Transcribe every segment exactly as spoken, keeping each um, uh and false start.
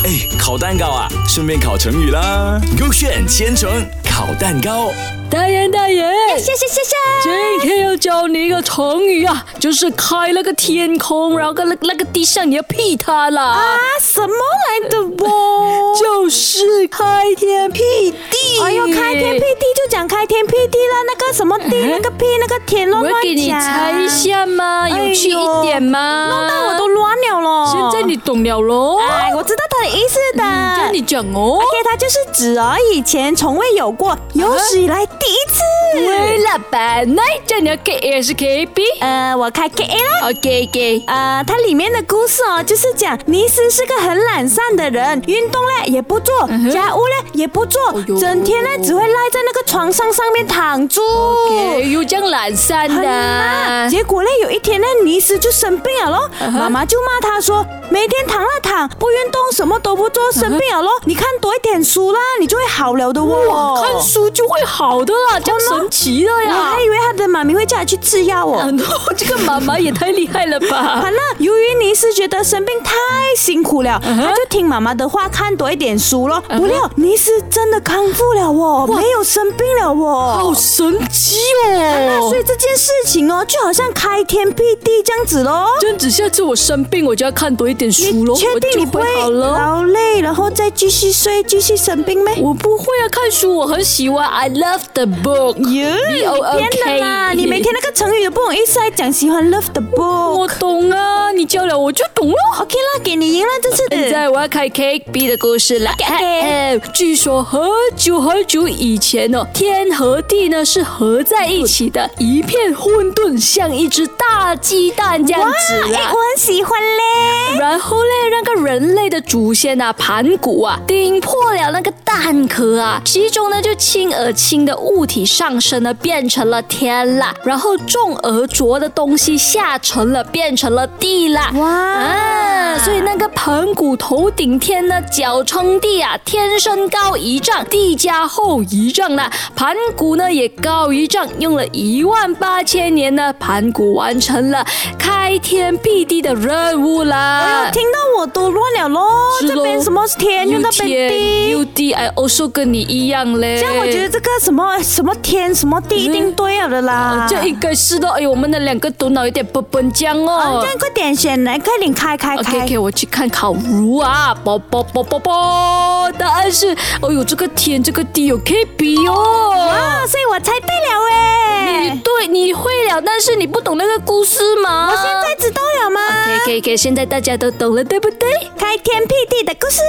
哎，烤蛋糕啊，顺便烤成语啦。勾选千层烤蛋糕。 大人大人， 谢谢谢谢。 今天要教你一个成语啊，就是开了个天空，然后跟那那个地上你要劈它啦。 啊，什么来的哦？ 就是开天辟地。 哎呦，开天辟地就讲开天辟地了，那个什么地，那个辟，那个天乱乱讲。 我给你猜一下嘛，有趣一点嘛。 弄到我都乱了咯。 现在你懂了咯。 哎，我知道他的意思的。 嗯，叫你讲哦。 OK， 它就是指哦，以前从未有过，有史以来第一次。 喂，老板，那叫你要 K A 还是 K B？ 呃，我开 K A 啦。 OK OK。 呃，它里面的故事哦，就是讲尼斯是个很懒散的人，运动嘞也不做，嗯、家务嘞也不做，哎、整天呢只会赖在那个床上上面躺住。 OK， 有这样懒散的。 啊、结果嘞有一天呢，尼斯就生病了咯，妈、uh-huh. 妈就骂他说，每天躺了躺，不运动，什么都不做，生病了咯。Uh-huh. 你看多一点书啦，你就会好了的哦。 哇，看书就会好的啦，这样神奇的呀！ 我还以为他的妈咪会叫他去吃药哦。 啊、这个妈妈也太厉害了吧！ 好了，由于尼斯觉得生病太辛苦了， uh-huh. 他就听妈妈的话，看多一点书咯。Uh-huh. 不料尼斯真的康复了哦，没有生病了哦， 好神奇哦！ 所以这件事情哦，就好像开天辟地这样子咯。 这样子，下次我生病，我就要看多一点书咯。 你确定你不会劳累，然后再继续睡，继续生病咩？ 我不会啊，看书我很喜欢 ，I love the book。 B O O K。骗的啦！你每天那个成语都不懂意思，还讲喜欢 love the book。 我懂啊，你教了我就懂了。 OK 啦，给你赢了这次。 现在我要开 K B 的故事了。 Okay. 据说很久很久以前哦，天和地呢是合在一起的，一片混沌，像一只大鸡蛋这样子啦。 哇，我很喜欢嘞。 然后嘞，那个人类的祖先啊，盘古啊，顶破了那个蛋壳啊，其中呢就轻而轻的物体上升了，变成了天啦，然后重而浊的东西下沉了，变成了地啦。 哇啊！所以那个盘古头顶天呢，脚撑地啊，天身高一丈，地加厚一丈啦。盘古呢也高一丈，用了一万八千年呢，盘古完成了开天辟地的任务啦。 哎呦，听到我都乱了咯。这边什么天，又那边地， 又地，哎，我说跟你一样嘞。 这样我觉得这个什么什么天什么地一定对了的啦。 嗯、这应该是的。哎呦，我们的两个头脑有点笨笨僵哦。 啊，这样快点选来，快点开开开。 OK OK， 我去看烤炉啊，啵啵啵啵啵。答案是，哎呦，这个天这个地有 K B 哦。 哇，所以我猜对了哎。 你对，你会了，但是你不懂那个故事吗？ 我现在知道了吗 ？OK OK OK， 现在大家都懂了，对不对？ 开天辟地的故事。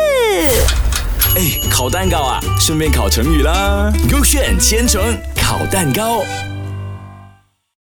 哎，烤蛋糕啊，顺便烤成语啦。勾选千层烤蛋糕。